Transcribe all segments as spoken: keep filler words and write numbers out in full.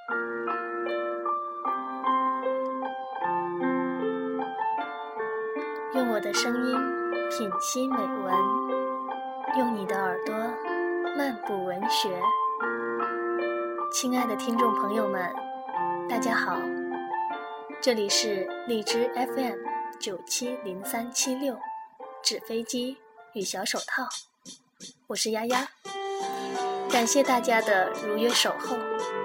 用我的声音品析美文，用你的耳朵漫步文学。亲爱的听众朋友们，大家好，这里是荔枝 F M 九七零三七六，纸飞机与小手套，我是丫丫，感谢大家的如约守候。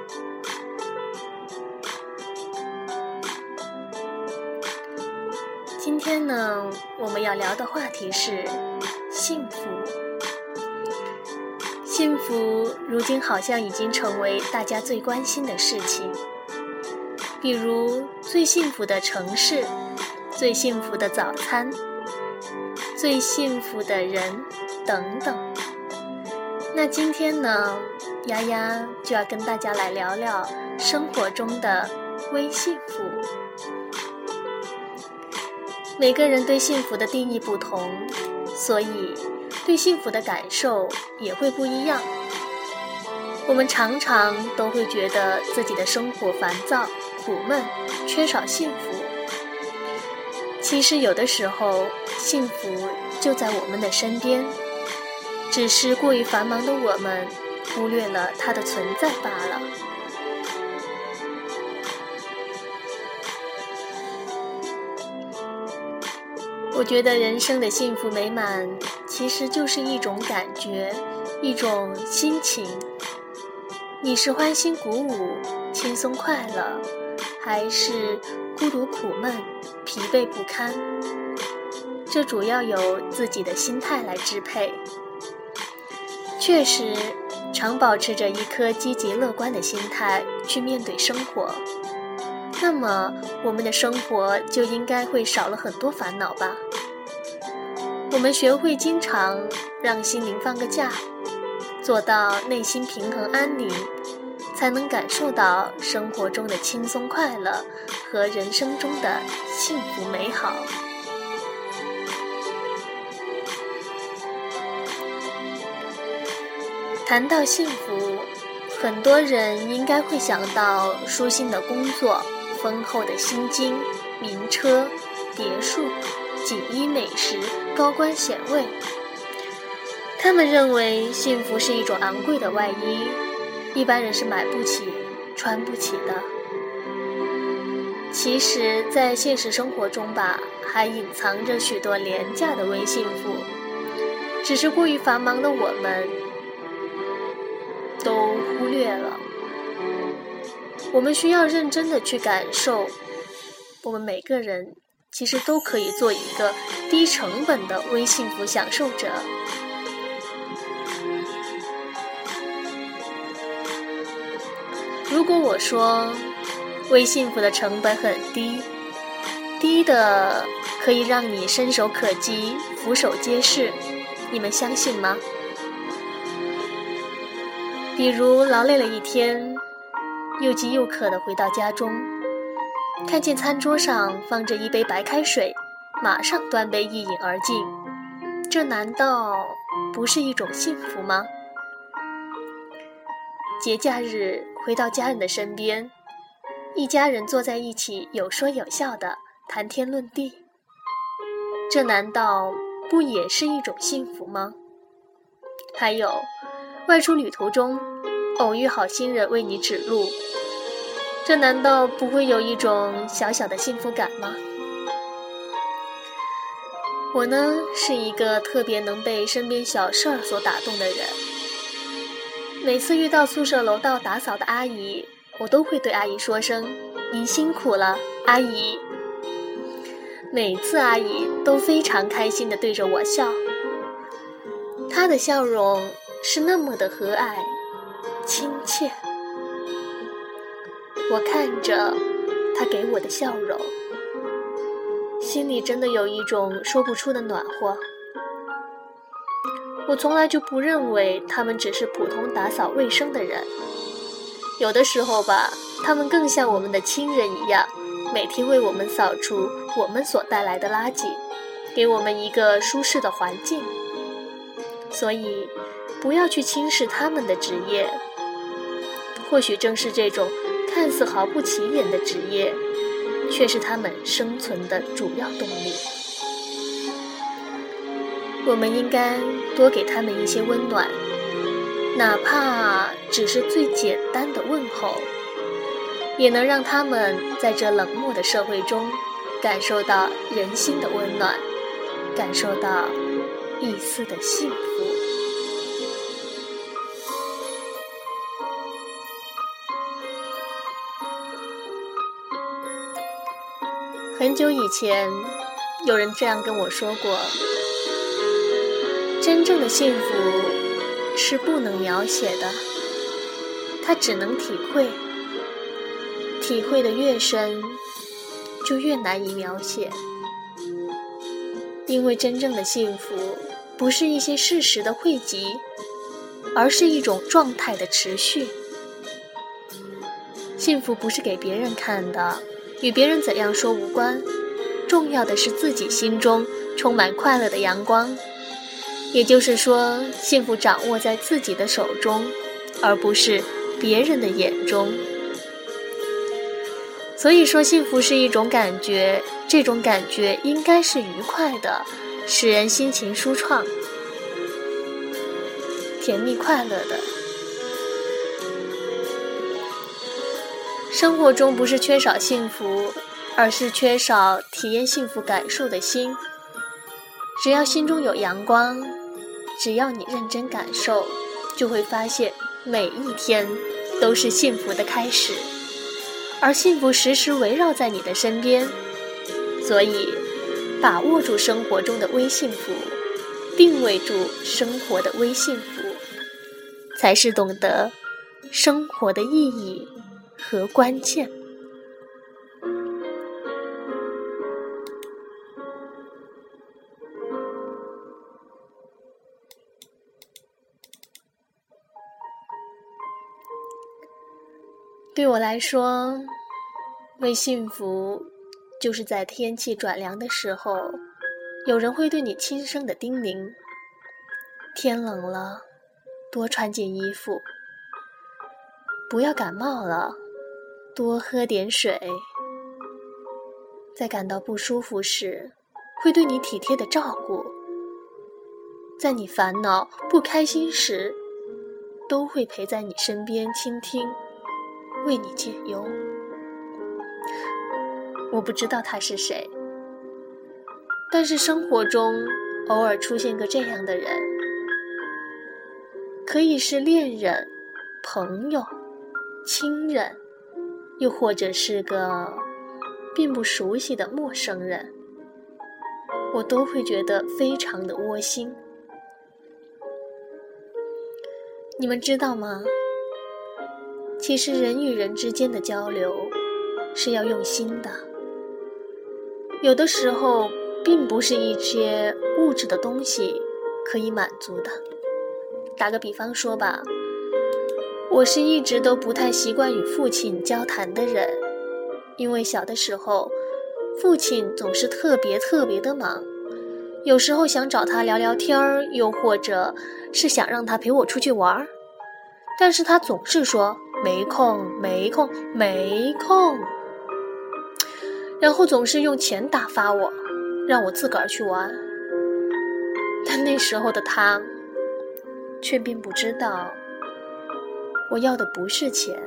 今天呢，我们要聊的话题是幸福。幸福如今好像已经成为大家最关心的事情，比如最幸福的城市、最幸福的早餐、最幸福的人等等。那今天呢，丫丫就要跟大家来聊聊生活中的微幸福。每个人对幸福的定义不同，所以对幸福的感受也会不一样。我们常常都会觉得自己的生活烦躁、苦闷，缺少幸福。其实有的时候，幸福就在我们的身边，只是过于繁忙的我们忽略了它的存在罢了。我觉得人生的幸福美满其实就是一种感觉，一种心情。你是欢欣鼓舞、轻松快乐，还是孤独苦闷、疲惫不堪？这主要由自己的心态来支配。确实，常保持着一颗积极乐观的心态去面对生活，那么我们的生活就应该会少了很多烦恼吧。我们学会经常让心灵放个假，做到内心平衡安宁，才能感受到生活中的轻松快乐和人生中的幸福美好。谈到幸福，很多人应该会想到舒心的工作、丰厚的薪金、名车、别墅、锦衣美食、高官显位。他们认为幸福是一种昂贵的外衣，一般人是买不起、穿不起的。其实在现实生活中吧，还隐藏着许多廉价的微幸福，只是过于繁忙的我们都忽略了。我们需要认真的去感受，我们每个人其实都可以做一个低成本的微幸福享受者。如果我说微幸福的成本很低，低的可以让你伸手可及、俯首皆是，你们相信吗？比如劳累了一天，又饥又渴地回到家中，看见餐桌上放着一杯白开水，马上端杯一饮而尽，这难道不是一种幸福吗？节假日回到家人的身边，一家人坐在一起有说有笑的谈天论地，这难道不也是一种幸福吗？还有外出旅途中偶遇好心人为你指路，这难道不会有一种小小的幸福感吗？我呢，是一个特别能被身边小事儿所打动的人。每次遇到宿舍楼道打扫的阿姨，我都会对阿姨说声您辛苦了，阿姨。每次阿姨都非常开心地对着我笑，她的笑容是那么的和蔼亲切。我看着她给我的笑容，心里真的有一种说不出的暖和。我从来就不认为他们只是普通打扫卫生的人，有的时候吧，他们更像我们的亲人一样，每天为我们扫除我们所带来的垃圾，给我们一个舒适的环境。所以不要去轻视他们的职业，或许正是这种看似毫不起眼的职业，却是他们生存的主要动力。我们应该多给他们一些温暖，哪怕只是最简单的问候，也能让他们在这冷漠的社会中感受到人心的温暖，感受到一丝的幸福。很久以前，有人这样跟我说过，真正的幸福是不能描写的，它只能体会，体会的越深，就越难以描写。因为真正的幸福不是一些事实的汇集，而是一种状态的持续。幸福不是给别人看的，与别人怎样说无关，重要的是自己心中充满快乐的阳光。也就是说，幸福掌握在自己的手中，而不是别人的眼中。所以说，幸福是一种感觉，这种感觉应该是愉快的，使人心情舒畅，甜蜜快乐的。生活中不是缺少幸福，而是缺少体验幸福感受的心。只要心中有阳光，只要你认真感受，就会发现每一天都是幸福的开始，而幸福时时围绕在你的身边。所以把握住生活中的微幸福，定位住生活的微幸福，才是懂得生活的意义和关键。对我来说，为幸福就是在天气转凉的时候，有人会对你轻声的叮咛，天冷了，多穿件衣服，不要感冒了，多喝点水。在感到不舒服时，会对你体贴的照顾，在你烦恼不开心时，都会陪在你身边倾听，为你解忧。我不知道他是谁，但是生活中偶尔出现个这样的人，可以是恋人、朋友、亲人，又或者是个并不熟悉的陌生人，我都会觉得非常的窝心。你们知道吗？其实人与人之间的交流是要用心的，有的时候并不是一些物质的东西可以满足的。打个比方说吧，我是一直都不太习惯与父亲交谈的人，因为小的时候父亲总是特别特别的忙，有时候想找他聊聊天儿，又或者是想让他陪我出去玩，但是他总是说没空没空没空，然后总是用钱打发我，让我自个儿去玩。但那时候的他却并不知道，我要的不是钱。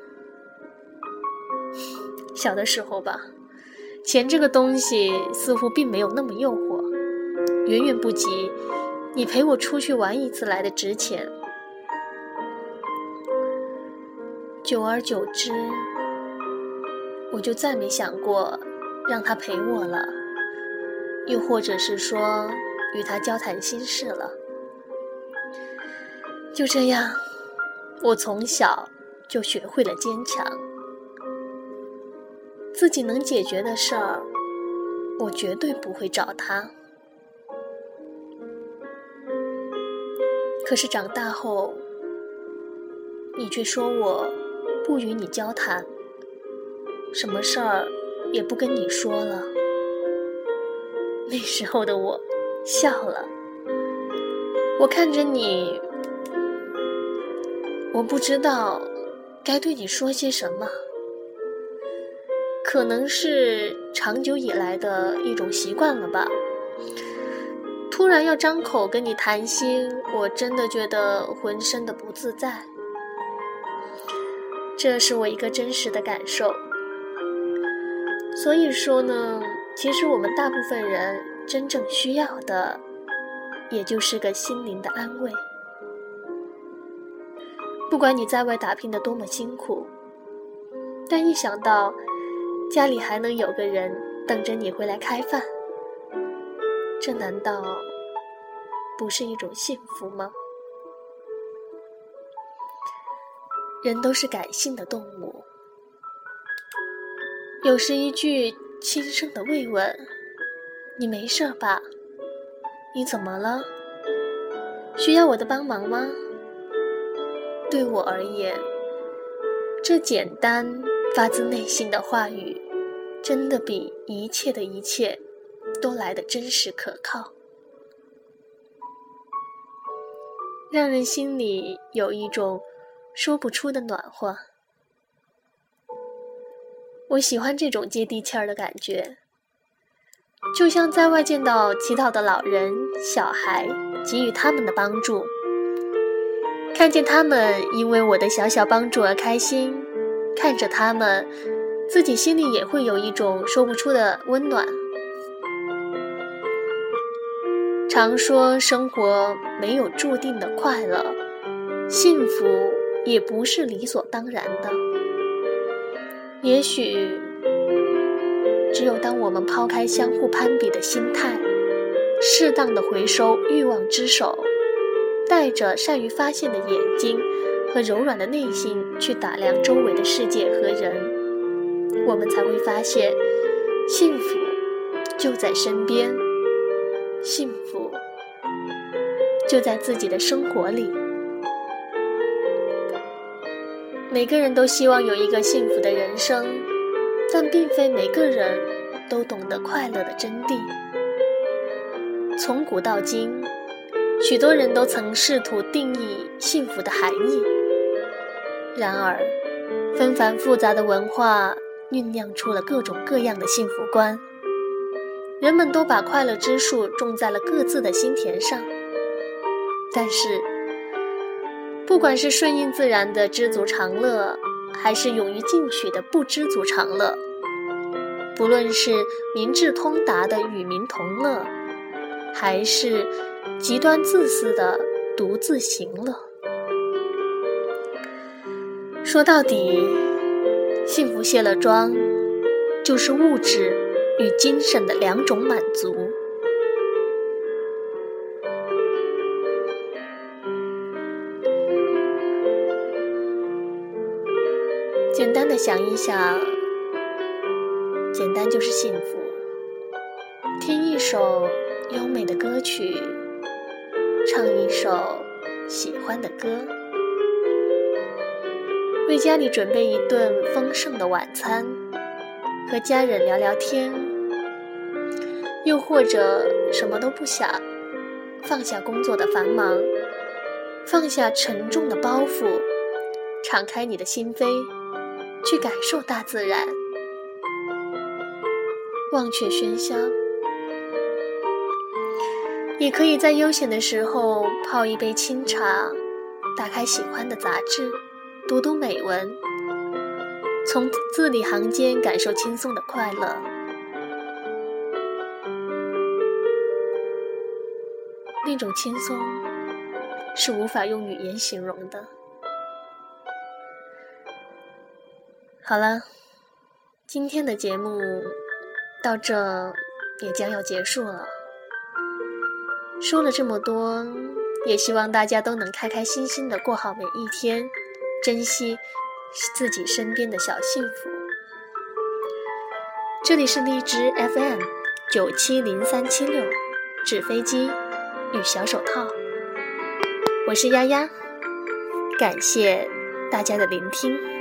小的时候吧，钱这个东西似乎并没有那么诱惑，远远不及你陪我出去玩一次来的值钱。久而久之，我就再没想过让他陪我了，又或者是说与他交谈心事了。就这样，我从小就学会了坚强，自己能解决的事儿，我绝对不会找他。可是长大后，你却说我不与你交谈，什么事儿也不跟你说了。那时候的我笑了，我看着你，我不知道该对你说些什么。 可能是长久以来的一种习惯了吧。突然要张口跟你谈心，我真的觉得浑身的不自在。这是我一个真实的感受。所以说呢，其实我们大部分人真正需要的，也就是个心灵的安慰。不管你在外打拼得多么辛苦，但一想到家里还能有个人等着你回来开饭，这难道不是一种幸福吗？人都是感性的动物，有时一句轻声的慰问，你没事吧？你怎么了？需要我的帮忙吗？对我而言，这简单发自内心的话语，真的比一切的一切都来得真实可靠，让人心里有一种说不出的暖和。我喜欢这种接地气儿的感觉，就像在外见到乞讨的老人、小孩，给予他们的帮助，看见他们因为我的小小帮助而开心，看着他们，自己心里也会有一种说不出的温暖。常说生活没有注定的快乐，幸福也不是理所当然的。也许只有当我们抛开相互攀比的心态，适当的回收欲望之手，带着善于发现的眼睛和柔软的内心去打量周围的世界和人，我们才会发现幸福就在身边，幸福就在自己的生活里。每个人都希望有一个幸福的人生，但并非每个人都懂得快乐的真谛。从古到今，许多人都曾试图定义幸福的含义，然而纷繁复杂的文化酝酿出了各种各样的幸福观，人们都把快乐之树种在了各自的心田上。但是不管是顺应自然的知足常乐，还是勇于进取的不知足常乐，不论是明智通达的与民同乐，还是极端自私的独自行乐，说到底，幸福卸了妆，就是物质与精神的两种满足。简单的想一想，简单就是幸福。听一首优美的歌曲，唱一首喜欢的歌，为家里准备一顿丰盛的晚餐，和家人聊聊天，又或者什么都不想，放下工作的繁忙，放下沉重的包袱，敞开你的心扉，去感受大自然，忘却喧嚣。也可以在悠闲的时候泡一杯清茶，打开喜欢的杂志，读读美文，从字里行间感受轻松的快乐。那种轻松是无法用语言形容的。好了，今天的节目到这也将要结束了。说了这么多，也希望大家都能开开心心的过好每一天，珍惜自己身边的小幸福。这里是荔枝 F M 九七零三七六，纸飞机与小手套，我是丫丫，感谢大家的聆听。